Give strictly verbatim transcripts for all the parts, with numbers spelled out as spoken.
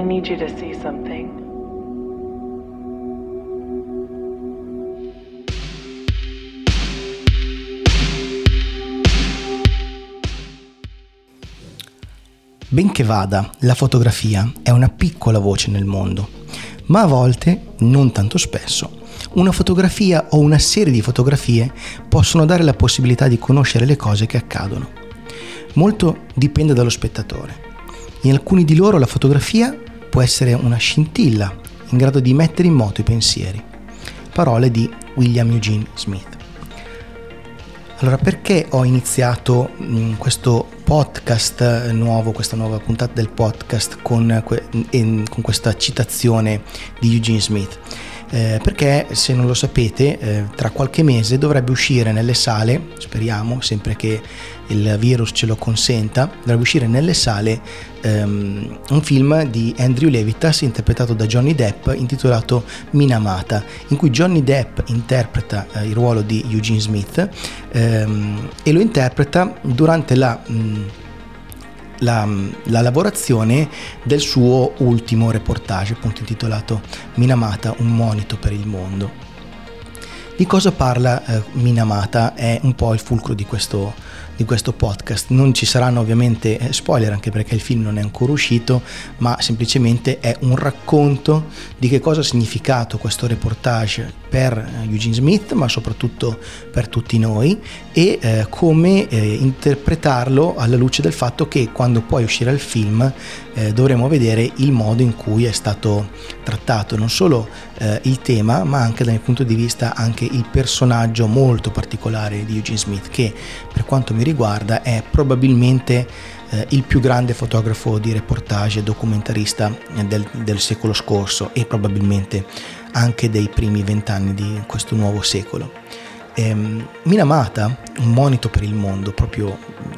need you to see something. Benché vada, la fotografia è una piccola voce nel mondo, ma a volte, non tanto spesso, una fotografia o una serie di fotografie possono dare la possibilità di conoscere le cose che accadono. Molto dipende dallo spettatore. In alcuni di loro la fotografia può essere una scintilla in grado di mettere in moto i pensieri. Parole di William Eugene Smith. Allora, perché ho iniziato mh, questo podcast nuovo, questa nuova puntata del podcast con, que- in, con questa citazione di Eugene Smith? Eh, perché, se non lo sapete, eh, tra qualche mese dovrebbe uscire nelle sale, speriamo, sempre che il virus ce lo consenta, dovrebbe uscire nelle sale um, un film di Andrew Levitas interpretato da Johnny Depp intitolato Minamata, in cui Johnny Depp interpreta uh, il ruolo di Eugene Smith um, e lo interpreta durante la... Um, La, la lavorazione del suo ultimo reportage, appunto intitolato Minamata, un monito per il mondo. Di cosa parla eh, Minamata è un po' il fulcro di questo, di questo podcast. Non ci saranno ovviamente eh, spoiler, anche perché il film non è ancora uscito, ma semplicemente è un racconto di che cosa ha significato questo reportage per Eugene Smith, ma soprattutto per tutti noi, e eh, come eh, interpretarlo alla luce del fatto che quando poi uscirà il film eh, dovremo vedere il modo in cui è stato trattato, non solo eh, il tema, ma anche dal mio punto di vista anche il personaggio molto particolare di Eugene Smith, che per quanto mi riguarda è probabilmente eh, il più grande fotografo di reportage e documentarista del, del secolo scorso e probabilmente anche dei primi vent'anni di questo nuovo secolo. Ehm, Minamata, un monito per il mondo, proprio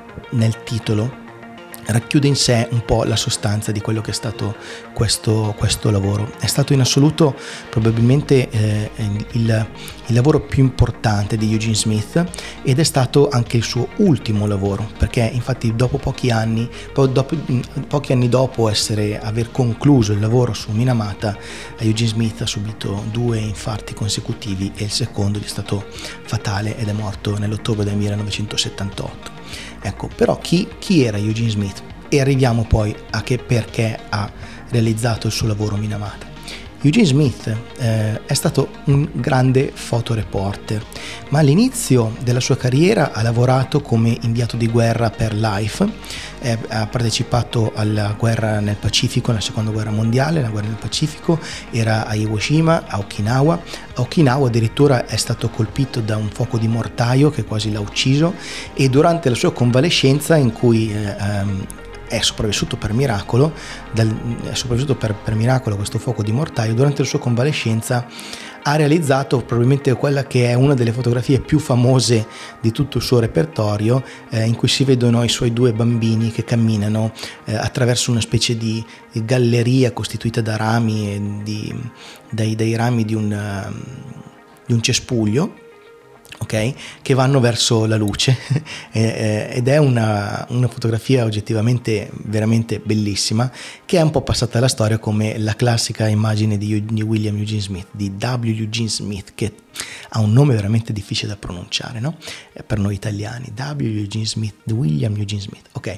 nel titolo, racchiude in sé un po' la sostanza di quello che è stato questo, questo lavoro. È stato in assoluto probabilmente eh, il, il lavoro più importante di Eugene Smith ed è stato anche il suo ultimo lavoro, perché infatti dopo pochi anni, dopo, pochi anni dopo essere, aver concluso il lavoro su Minamata, Eugene Smith ha subito due infarti consecutivi e il secondo gli è stato fatale ed è morto nell'ottobre del millenovecentosettantotto. Ecco, però chi, chi era Eugene Smith? E arriviamo poi a che perché ha realizzato il suo lavoro Minamata. Eugene Smith eh, è stato un grande fotoreporter, ma all'inizio della sua carriera ha lavorato come inviato di guerra per Life, eh, ha partecipato alla guerra nel Pacifico, nella seconda guerra mondiale, la guerra nel Pacifico, era a Iwo Jima, a Okinawa. A Okinawa addirittura è stato colpito da un fuoco di mortaio che quasi l'ha ucciso, e durante la sua convalescenza, in cui eh, um, è sopravvissuto per miracolo, dal, è sopravvissuto per, per miracolo questo fuoco di mortaio, durante la sua convalescenza ha realizzato probabilmente quella che è una delle fotografie più famose di tutto il suo repertorio, eh, in cui si vedono i suoi due bambini che camminano eh, attraverso una specie di galleria costituita da rami, e di, dai, dai rami di un, uh, di un cespuglio, ok, che vanno verso la luce ed è una, una fotografia oggettivamente veramente bellissima, che è un po' passata alla storia come la classica immagine di, di William Eugene Smith, di W. Eugene Smith, che ha un nome veramente difficile da pronunciare, no? Per noi italiani, W. Eugene Smith, William Eugene Smith, ok.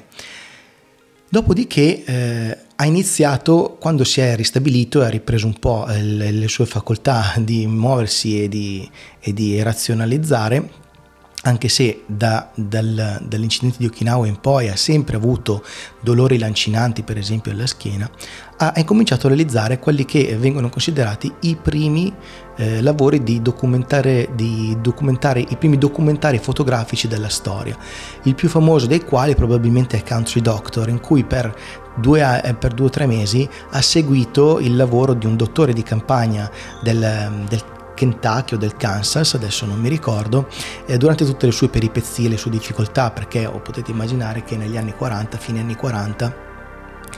Dopodiché eh, ha iniziato, quando si è ristabilito e ha ripreso un po' le, le sue facoltà di muoversi e di, e di razionalizzare, anche se da, dal, dall'incidente di Okinawa in poi ha sempre avuto dolori lancinanti, per esempio alla schiena, ha incominciato a realizzare quelli che vengono considerati i primi eh, lavori di documentare, di documentare, i primi documentari fotografici della storia, il più famoso dei quali probabilmente è Country Doctor, in cui per due, eh, per due o tre mesi ha seguito il lavoro di un dottore di campagna del, del Kentucky o del Kansas, adesso non mi ricordo, eh, durante tutte le sue peripezie, le sue difficoltà, perché oh, potete immaginare che negli anni quaranta, fine anni quaranta,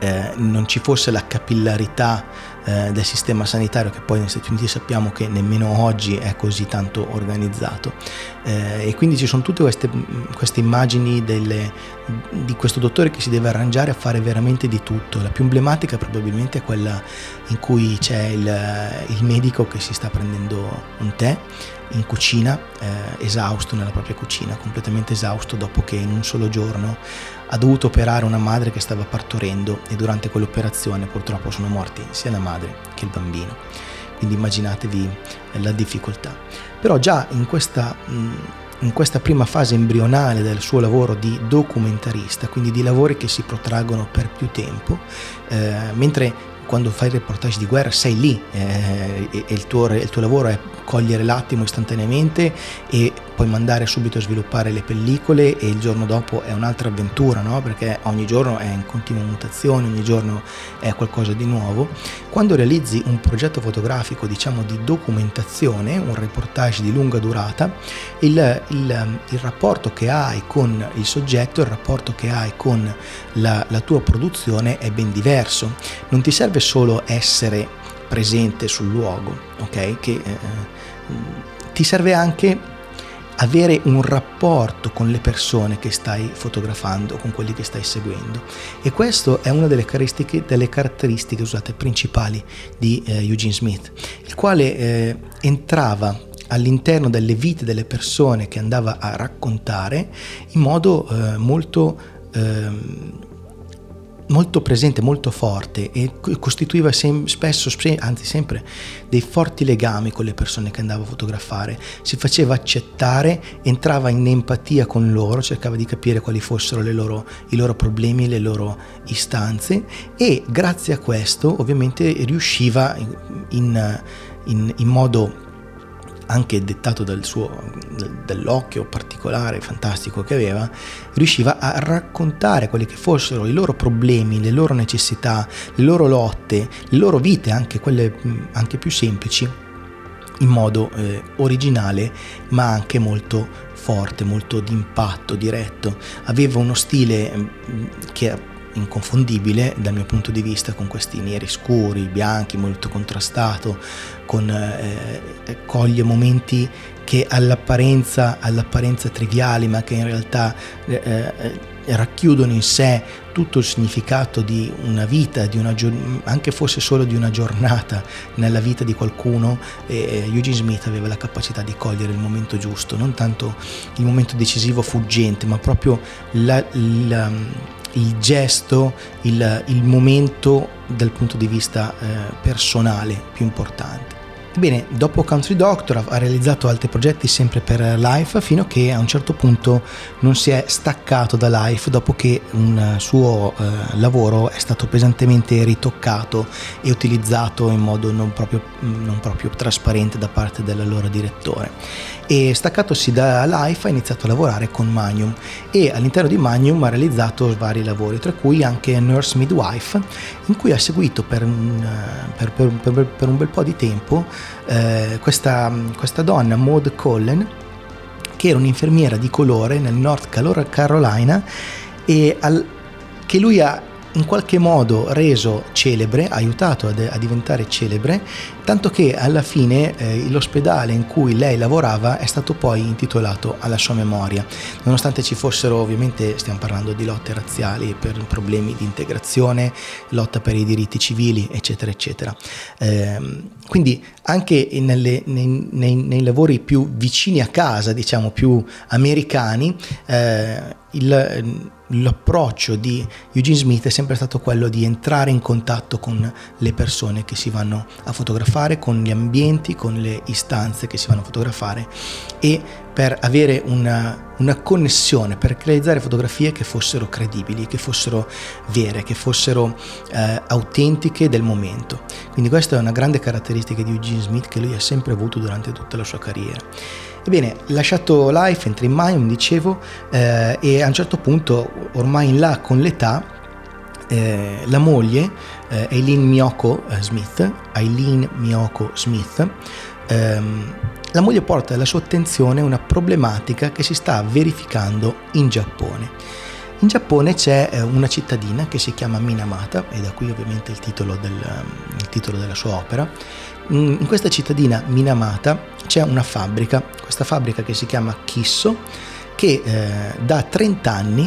eh, non ci fosse la capillarità eh, del sistema sanitario, che poi negli Stati Uniti sappiamo che nemmeno oggi è così tanto organizzato, eh, e quindi ci sono tutte queste, queste immagini delle, di questo dottore che si deve arrangiare a fare veramente di tutto. La più emblematica probabilmente è quella in cui c'è il, il medico che si sta prendendo un tè in cucina, eh, esausto nella propria cucina, completamente esausto, dopo che in un solo giorno ha dovuto operare una madre che stava partorendo, e durante quell'operazione purtroppo sono morti sia la madre che il bambino. Quindi immaginatevi la difficoltà. Però già in questa, in questa prima fase embrionale del suo lavoro di documentarista, quindi di lavori che si protraggono per più tempo, eh, mentre quando fai il reportage di guerra sei lì, eh, e, e il, tuo, il tuo lavoro è cogliere l'attimo istantaneamente e poi mandare subito a sviluppare le pellicole, e il giorno dopo è un'altra avventura, no? Perché ogni giorno è in continua mutazione, ogni giorno è qualcosa di nuovo. Quando realizzi un progetto fotografico, diciamo di documentazione, un reportage di lunga durata, il, il, il rapporto che hai con il soggetto, il rapporto che hai con la, la tua produzione è ben diverso. Non ti serve solo essere presente sul luogo, ok? Che eh, ti serve anche avere un rapporto con le persone che stai fotografando, con quelli che stai seguendo, e questo è una delle caratteristiche, delle caratteristiche scusate, principali di eh, Eugene Smith, il quale eh, entrava all'interno delle vite delle persone che andava a raccontare in modo eh, molto eh, molto presente, molto forte, e costituiva sem- spesso, anzi sempre, dei forti legami con le persone che andava a fotografare. Si faceva accettare, entrava in empatia con loro, cercava di capire quali fossero le loro, i loro problemi, le loro istanze, e grazie a questo ovviamente riusciva in, in, in modo anche dettato dal suo, dall'occhio particolare, fantastico che aveva, riusciva a raccontare quelli che fossero i loro problemi, le loro necessità, le loro lotte, le loro vite, anche quelle anche più semplici, in modo eh, originale, ma anche molto forte, molto d'impatto, diretto. Aveva uno stile che inconfondibile dal mio punto di vista, con questi neri scuri, bianchi, molto contrastato, con eh, coglie momenti che all'apparenza, all'apparenza triviali, ma che in realtà eh, eh, racchiudono in sé tutto il significato di una vita, di una anche fosse solo di una giornata nella vita di qualcuno. E Eugene Smith aveva la capacità di cogliere il momento giusto, non tanto il momento decisivo fuggente, ma proprio la, la il gesto, il, il momento dal punto di vista eh, personale più importante. Ebbene, dopo Country Doctor ha realizzato altri progetti sempre per Life, fino a che a un certo punto non si è staccato da Life, dopo che un suo eh, lavoro è stato pesantemente ritoccato e utilizzato in modo non proprio, non proprio trasparente da parte dell'allora direttore. E staccatosi da Life ha iniziato a lavorare con Magnum, e all'interno di Magnum ha realizzato vari lavori, tra cui anche Nurse Midwife, in cui ha seguito per un, per, per, per, per un bel po' di tempo eh, questa, questa donna, Maud Cullen, che era un'infermiera di colore nel North Carolina, e al, che lui ha in qualche modo reso celebre, ha aiutato a, de- a diventare celebre, tanto che alla fine eh, l'ospedale in cui lei lavorava è stato poi intitolato alla sua memoria, nonostante ci fossero, ovviamente stiamo parlando di lotte razziali, per problemi di integrazione, lotta per i diritti civili, eccetera eccetera. Eh, quindi anche nelle, nei, nei, nei lavori più vicini a casa, diciamo più americani, eh, il l'approccio di Eugene Smith è sempre stato quello di entrare in contatto con le persone che si vanno a fotografare, con gli ambienti, con le istanze che si vanno a fotografare, e per avere una, una connessione, per realizzare fotografie che fossero credibili, che fossero vere, che fossero eh, autentiche del momento. Quindi questa è una grande caratteristica di Eugene Smith che lui ha sempre avuto durante tutta la sua carriera. Ebbene, lasciato Life, entra in Magnum, dicevo, eh, e a un certo punto, ormai in là con l'età, eh, la moglie, eh, Eileen Miyoko Smith, Eileen Miyoko Smith, ehm, la moglie porta alla sua attenzione una problematica che si sta verificando in Giappone. In Giappone c'è eh, una cittadina che si chiama Minamata, e da qui ovviamente il titolo, del, il titolo della sua opera. In questa cittadina Minamata c'è una fabbrica, questa fabbrica che si chiama Kisso, che eh, da trenta anni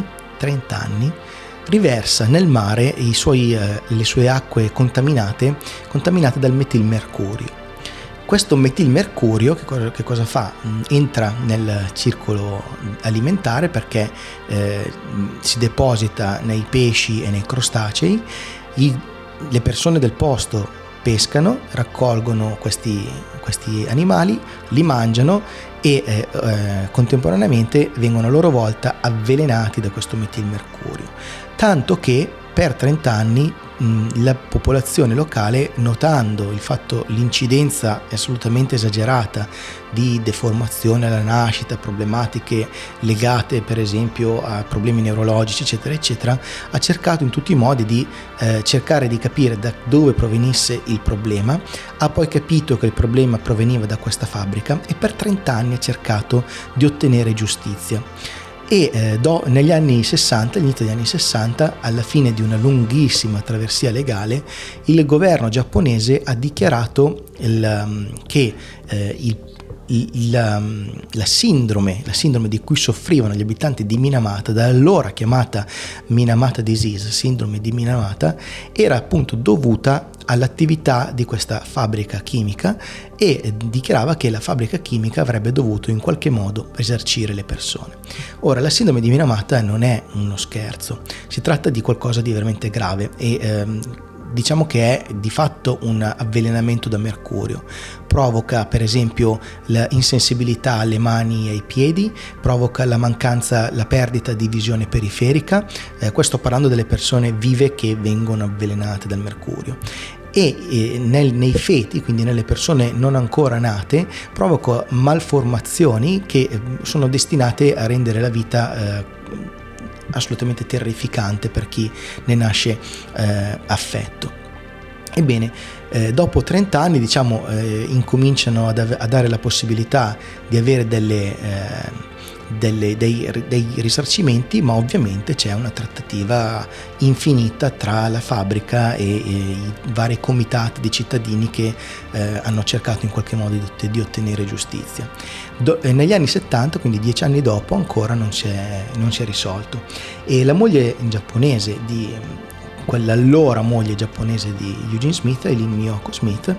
riversa nel mare i suoi, eh, le sue acque contaminate, contaminate dal metilmercurio. Questo metilmercurio che cosa, che cosa fa? Entra nel circolo alimentare perché eh, si deposita nei pesci e nei crostacei. I, le persone del posto pescano, raccolgono questi, questi animali, li mangiano e eh, eh, contemporaneamente vengono a loro volta avvelenati da questo metilmercurio. Tanto che per trenta anni mh, la popolazione locale, notando il fatto, l'incidenza assolutamente esagerata di deformazione alla nascita, problematiche legate per esempio a problemi neurologici eccetera eccetera, ha cercato in tutti i modi di eh, cercare di capire da dove provenisse il problema. Ha poi capito che il problema proveniva da questa fabbrica e per trenta anni ha cercato di ottenere giustizia. E eh, do, negli anni sessanta, all'inizio degli anni sessanta, alla fine di una lunghissima traversia legale, il governo giapponese ha dichiarato il, um, che eh, il, il, la, la, sindrome, la sindrome di cui soffrivano gli abitanti di Minamata, da allora chiamata Minamata Disease, sindrome di Minamata, era appunto dovuta all'attività di questa fabbrica chimica, e dichiarava che la fabbrica chimica avrebbe dovuto in qualche modo risarcire le persone. Ora, la sindrome di Minamata non è uno scherzo, si tratta di qualcosa di veramente grave e ehm, diciamo che è di fatto un avvelenamento da mercurio. Provoca per esempio l'insensibilità alle mani e ai piedi, provoca la mancanza, la perdita di visione periferica, eh, questo parlando delle persone vive che vengono avvelenate dal mercurio. E eh, nel, nei feti, quindi nelle persone non ancora nate, provoca malformazioni che eh, sono destinate a rendere la vita eh, assolutamente terrificante per chi ne nasce eh, affetto. Ebbene, eh, dopo trenta anni diciamo eh, incominciano ad av- a dare la possibilità di avere delle, eh, delle, dei, dei risarcimenti, ma ovviamente c'è una trattativa infinita tra la fabbrica e, e i vari comitati di cittadini che eh, hanno cercato in qualche modo di, di ottenere giustizia. Do, eh, negli anni settanta, quindi dieci anni dopo, ancora non si è, non si è risolto, e la moglie giapponese di quell'allora moglie giapponese di Eugene Smith, Eileen Miyoko Smith,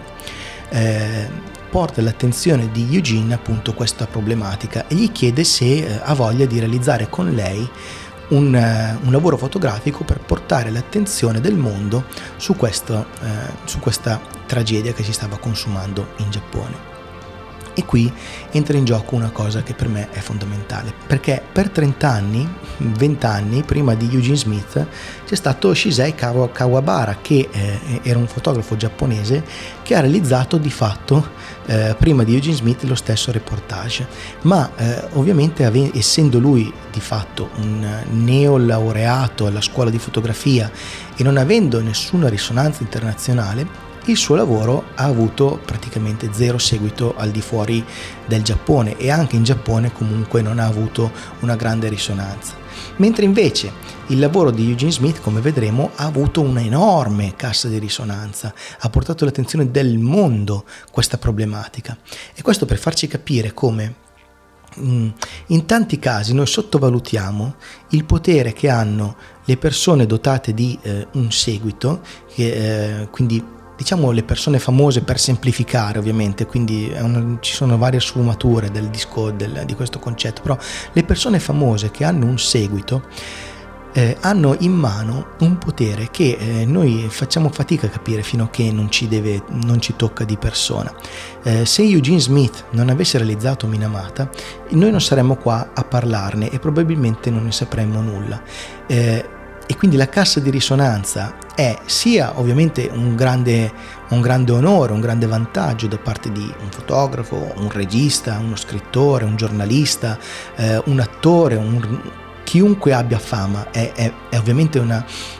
eh, porta all'attenzione di Eugene appunto questa problematica e gli chiede se eh, ha voglia di realizzare con lei un, uh, un lavoro fotografico per portare l'attenzione del mondo su, questo, eh, su questa tragedia che si stava consumando in Giappone. E qui entra in gioco una cosa che per me è fondamentale, perché per trenta anni, venti anni prima di Eugene Smith, c'è stato Shisei Kawabara, che eh, era un fotografo giapponese che ha realizzato di fatto eh, prima di Eugene Smith lo stesso reportage, ma eh, ovviamente ave- essendo lui di fatto un neolaureato alla scuola di fotografia e non avendo nessuna risonanza internazionale, il suo lavoro ha avuto praticamente zero seguito al di fuori del Giappone, e anche in Giappone comunque non ha avuto una grande risonanza. Mentre invece il lavoro di Eugene Smith, come vedremo, ha avuto una enorme cassa di risonanza, ha portato all'attenzione del mondo questa problematica. E questo per farci capire come mh, in tanti casi noi sottovalutiamo il potere che hanno le persone dotate di eh, un seguito, che eh, quindi diciamo le persone famose, per semplificare ovviamente, quindi è un, ci sono varie sfumature del disco del, di questo concetto, però le persone famose che hanno un seguito eh, hanno in mano un potere che eh, noi facciamo fatica a capire fino a che non ci, deve, non ci tocca di persona. Eh, se Eugene Smith non avesse realizzato Minamata, noi non saremmo qua a parlarne e probabilmente non ne sapremmo nulla. Eh, E quindi la cassa di risonanza è sia ovviamente un grande, un grande onore, un grande vantaggio da parte di un fotografo, un regista, uno scrittore, un giornalista, eh, un attore, un, chiunque abbia fama. È, è, è ovviamente una,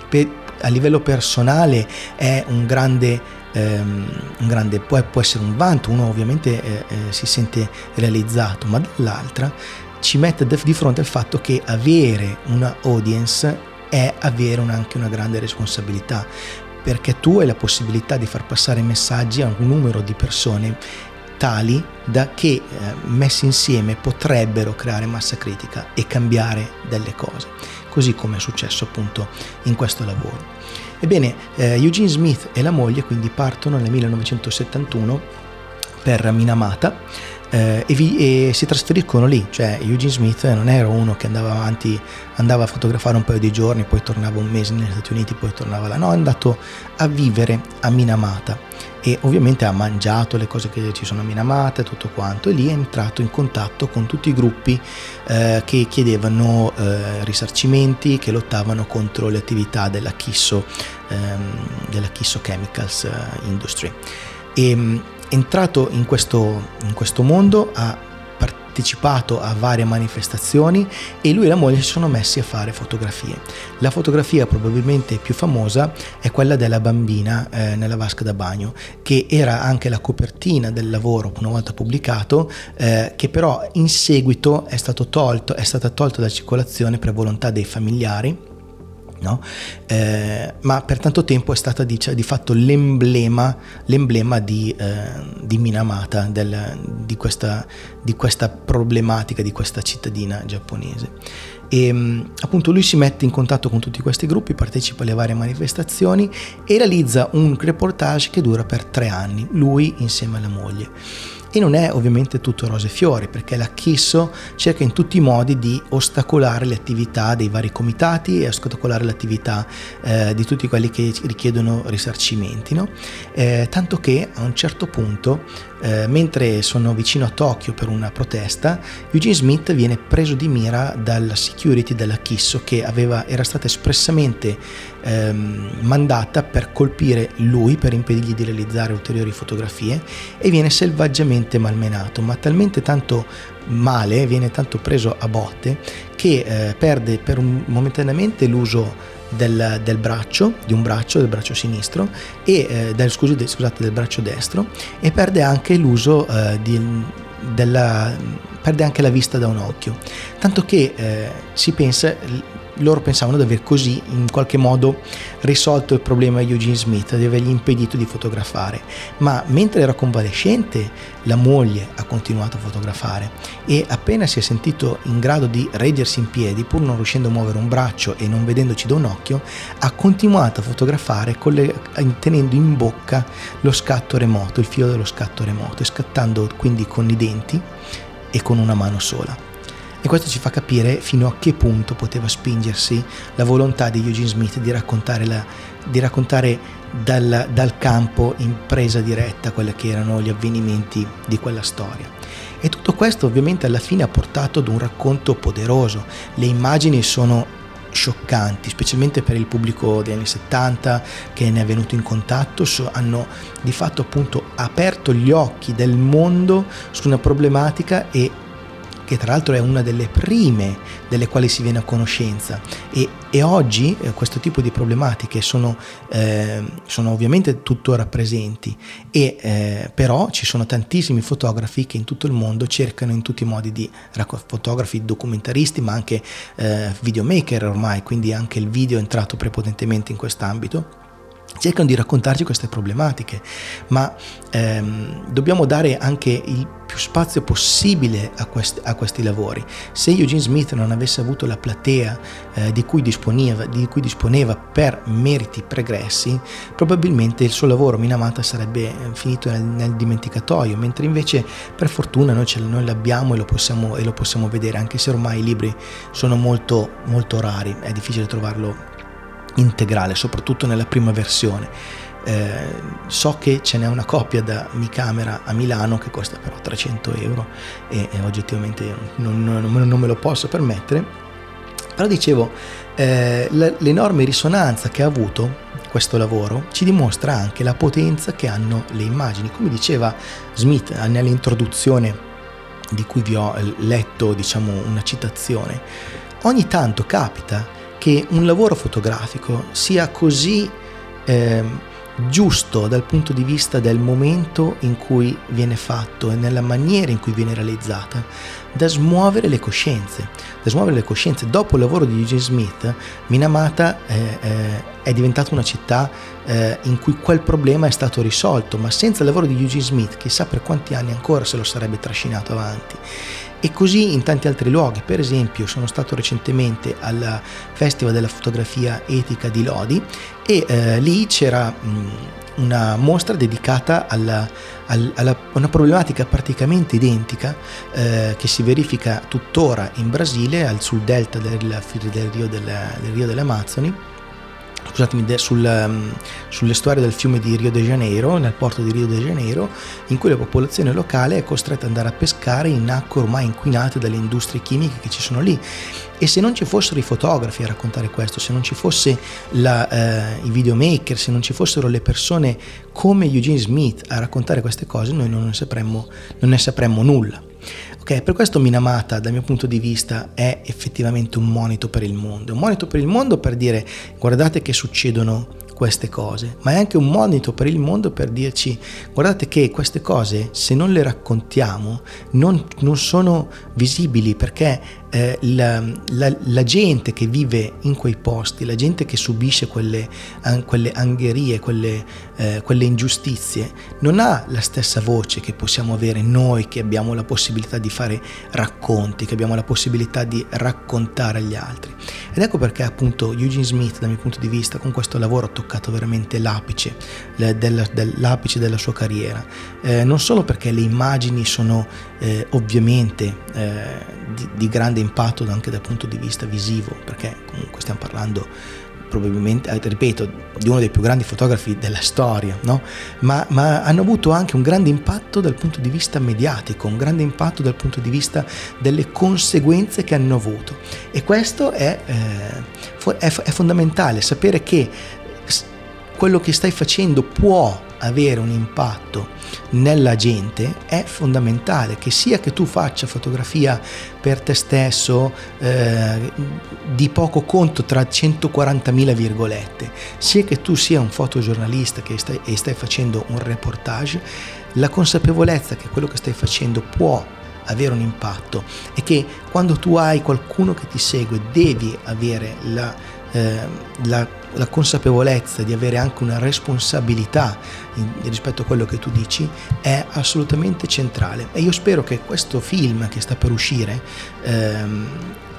a livello personale è un grande, ehm, un grande può, può essere un vanto, uno ovviamente eh, eh, si sente realizzato, ma dall'altra ci mette di fronte al fatto che avere una audience è avere un, anche una grande responsabilità, perché tu hai la possibilità di far passare messaggi a un numero di persone tali da che eh, messi insieme potrebbero creare massa critica e cambiare delle cose, così come è successo appunto in questo lavoro. Ebbene, eh, Eugene Smith e la moglie quindi partono nel millenovecentosettantuno per Minamata eh, e, vi, e si trasferiscono lì. Cioè Eugene Smith non era uno che andava avanti, andava a fotografare un paio di giorni, poi tornava un mese negli Stati Uniti, poi tornava là. No, è andato a vivere a Minamata e ovviamente ha mangiato le cose che ci sono a Minamata e tutto quanto, e lì è entrato in contatto con tutti i gruppi eh, che chiedevano eh, risarcimenti, che lottavano contro le attività della Chisso, ehm, della Chisso Chemicals Industry. E entrato in questo, in questo mondo ha partecipato a varie manifestazioni e lui e la moglie si sono messi a fare fotografie. La fotografia probabilmente più famosa è quella della bambina eh, nella vasca da bagno, che era anche la copertina del lavoro una volta pubblicato, eh, che però in seguito è stato tolto, è stata tolta da circolazione per volontà dei familiari. No? Eh, ma per tanto tempo è stata di, di fatto l'emblema, l'emblema di, eh, di Minamata, del, di, questa, di questa problematica, di questa cittadina giapponese. E appunto lui si mette in contatto con tutti questi gruppi, partecipa alle varie manifestazioni e realizza un reportage che dura per tre anni, lui insieme alla moglie. E non è ovviamente tutto rose e fiori, perché la Chisso cerca in tutti i modi di ostacolare le attività dei vari comitati e ostacolare l'attività eh, di tutti quelli che richiedono risarcimenti, no? Eh, tanto che a un certo punto, eh, mentre sono vicino a Tokyo per una protesta, Eugene Smith viene preso di mira dalla security della Chisso, che aveva, era stata espressamente ehm, mandata per colpire lui, per impedirgli di realizzare ulteriori fotografie, e viene selvaggiamente malmenato, ma talmente tanto male, viene tanto preso a botte che eh, perde per un, momentaneamente l'uso del, del braccio, di un braccio, del braccio sinistro e eh, del, scusi, de, scusate, del braccio destro, e perde anche l'uso eh, di, della, perde anche la vista da un occhio, tanto che eh, si pensa, loro pensavano di aver così in qualche modo risolto il problema di Eugene Smith, di avergli impedito di fotografare, ma mentre era convalescente la moglie ha continuato a fotografare e appena si è sentito in grado di reggersi in piedi, pur non riuscendo a muovere un braccio e non vedendoci da un occhio, ha continuato a fotografare con le, tenendo in bocca lo scatto remoto, il filo dello scatto remoto, e scattando quindi con i denti e con una mano sola. E questo ci fa capire fino a che punto poteva spingersi la volontà di Eugene Smith di raccontare, la, di raccontare dal, dal campo in presa diretta quelli che erano gli avvenimenti di quella storia. E tutto questo ovviamente alla fine ha portato ad un racconto poderoso. Le immagini sono scioccanti, specialmente per il pubblico degli anni settanta che ne è venuto in contatto, so, hanno di fatto appunto aperto gli occhi del mondo su una problematica e che tra l'altro è una delle prime delle quali si viene a conoscenza, e, e oggi eh, questo tipo di problematiche sono, eh, sono ovviamente tuttora presenti, e eh, però ci sono tantissimi fotografi che in tutto il mondo cercano in tutti i modi di fotografi, documentaristi, ma anche eh, videomaker ormai, quindi anche il video è entrato prepotentemente in quest'ambito, cercano di raccontarci queste problematiche, ma ehm, dobbiamo dare anche il più spazio possibile a, quest- a questi lavori. Se Eugene Smith non avesse avuto la platea eh, di cui disponeva, di cui disponeva per meriti pregressi, probabilmente il suo lavoro Minamata sarebbe finito nel, nel dimenticatoio, mentre invece per fortuna noi, ce, noi l'abbiamo e lo, possiamo, e lo possiamo vedere, anche se ormai i libri sono molto, molto rari, è difficile trovarlo integrale, soprattutto nella prima versione. Eh, so che ce n'è una copia da Mi Camera a Milano che costa però trecento euro e, e oggettivamente non, non, non me lo posso permettere, però dicevo eh, l'enorme risonanza che ha avuto questo lavoro ci dimostra anche la potenza che hanno le immagini. Come diceva Smith nell'introduzione, di cui vi ho letto diciamo una citazione, ogni tanto capita che un lavoro fotografico sia così eh, giusto dal punto di vista del momento in cui viene fatto e nella maniera in cui viene realizzata, da smuovere le coscienze, da smuovere le coscienze. Dopo il lavoro di Eugene Smith, Minamata eh, eh, è diventata una città eh, in cui quel problema è stato risolto, ma senza il lavoro di Eugene Smith chissà per quanti anni ancora se lo sarebbe trascinato avanti. E così in tanti altri luoghi. Per esempio sono stato recentemente al Festival della fotografia etica di Lodi e eh, lì c'era mh, una mostra dedicata alla, alla, alla una problematica praticamente identica eh, che si verifica tuttora in Brasile, al, sul delta del, del, Rio, del, del Rio delle Amazzoni, scusatemi, sul, sull'estuario del fiume di Rio de Janeiro, nel porto di Rio de Janeiro, in cui la popolazione locale è costretta ad andare a pescare in acque ormai inquinate dalle industrie chimiche che ci sono lì. E se non ci fossero i fotografi a raccontare questo, se non ci fosse la, eh, i videomaker, se non ci fossero le persone come Eugene Smith a raccontare queste cose, noi non ne sapremmo, non ne sapremmo nulla. Ok, per questo Minamata, dal mio punto di vista, è effettivamente un monito per il mondo. Un monito per il mondo per dire: guardate che succedono queste cose, ma è anche un monito per il mondo per dirci: guardate che queste cose, se non le raccontiamo, non, non sono visibili, perché eh, la, la, la gente che vive in quei posti, la gente che subisce quelle, an, quelle angherie, quelle, eh, quelle ingiustizie, non ha la stessa voce che possiamo avere noi, che abbiamo la possibilità di fare racconti, che abbiamo la possibilità di raccontare agli altri. Ed ecco perché appunto Eugene Smith, dal mio punto di vista, con questo lavoro ha toccato veramente l'apice della, dell'apice della sua carriera, eh, non solo perché le immagini sono eh, ovviamente eh, di, di grande impatto anche dal punto di vista visivo, perché comunque stiamo parlando probabilmente, eh, ripeto, di uno dei più grandi fotografi della storia, no? Ma, ma hanno avuto anche un grande impatto dal punto di vista mediatico, un grande impatto dal punto di vista delle conseguenze che hanno avuto. E questo è, eh, è, è fondamentale, sapere che quello che stai facendo può avere un impatto nella gente, è fondamentale, che sia che tu faccia fotografia per te stesso eh, di poco conto tra centoquarantamila virgolette, sia che tu sia un fotogiornalista che stai, e stai facendo un reportage, la consapevolezza che quello che stai facendo può avere un impatto e che quando tu hai qualcuno che ti segue devi avere la, eh, la la consapevolezza di avere anche una responsabilità in, rispetto a quello che tu dici, è assolutamente centrale. E io spero che questo film che sta per uscire ehm,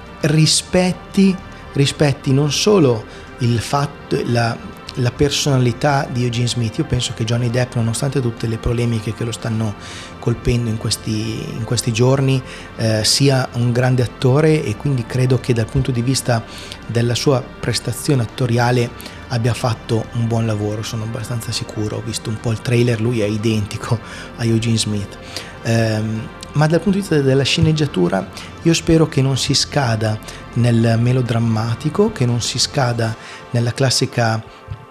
rispetti, rispetti non solo il fatto, la, la personalità di Eugene Smith. Io penso che Johnny Depp, nonostante tutte le polemiche che lo stanno colpendo in questi, in questi giorni, eh, sia un grande attore, e quindi credo che dal punto di vista della sua prestazione attoriale abbia fatto un buon lavoro, sono abbastanza sicuro. Ho visto un po' il trailer, lui è identico a Eugene Smith. Um, ma dal punto di vista della sceneggiatura io spero che non si scada nel melodrammatico, che non si scada nella classica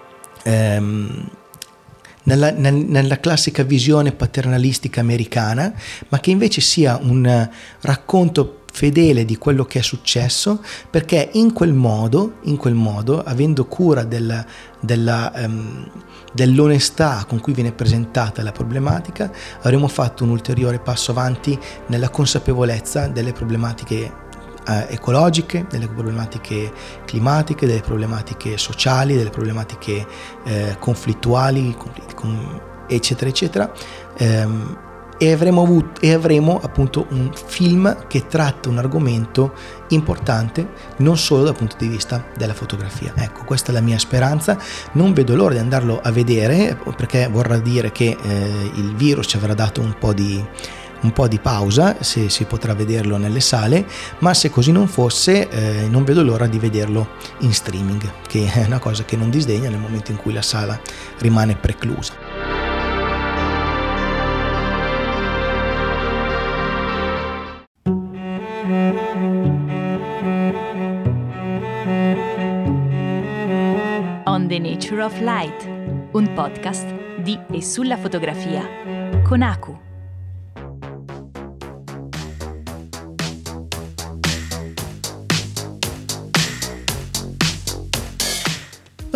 um, Nella, nel, nella classica visione paternalistica americana, ma che invece sia un racconto fedele di quello che è successo, perché in quel modo, in quel modo avendo cura della, della, um, dell'onestà con cui viene presentata la problematica, avremo fatto un ulteriore passo avanti nella consapevolezza delle problematiche ecologiche, delle problematiche climatiche, delle problematiche sociali, delle problematiche eh, conflittuali, con, eccetera eccetera, ehm, e avremo avuto e avremo appunto un film che tratta un argomento importante non solo dal punto di vista della fotografia. Ecco, questa è la mia speranza, non vedo l'ora di andarlo a vedere, perché vorrà dire che eh, il virus ci avrà dato un po' di un po' di pausa, se si potrà vederlo nelle sale, ma se così non fosse eh, non vedo l'ora di vederlo in streaming, che è una cosa che non disdegna nel momento in cui la sala rimane preclusa. On the Nature of Light, un podcast di e sulla fotografia con Aku.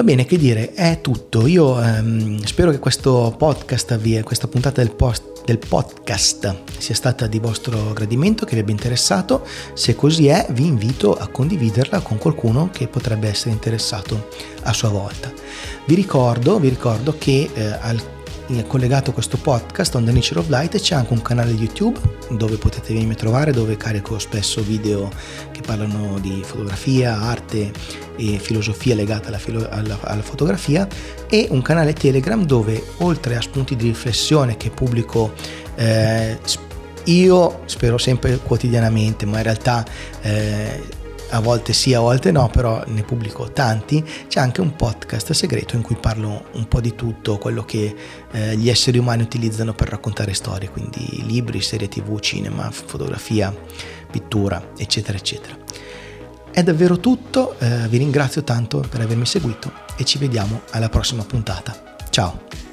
Va bene, che dire, è tutto. Io ehm, spero che questo podcast, questa puntata del, post, del podcast sia stata di vostro gradimento, che vi abbia interessato. Se così è, vi invito a condividerla con qualcuno che potrebbe essere interessato a sua volta. Vi ricordo, vi ricordo che eh, al collegato a questo podcast On the Nature of Light c'è anche un canale YouTube dove potete venirmi a trovare, dove carico spesso video che parlano di fotografia, arte e filosofia legata alla, filo- alla, alla fotografia, e un canale Telegram dove, oltre a spunti di riflessione che pubblico eh, io spero sempre quotidianamente, ma in realtà eh, a volte sì, a volte no, però ne pubblico tanti, c'è anche un podcast segreto in cui parlo un po' di tutto quello che eh, gli esseri umani utilizzano per raccontare storie, quindi libri, serie tv, cinema, fotografia, pittura, eccetera eccetera. È davvero tutto, eh, vi ringrazio tanto per avermi seguito e ci vediamo alla prossima puntata. Ciao!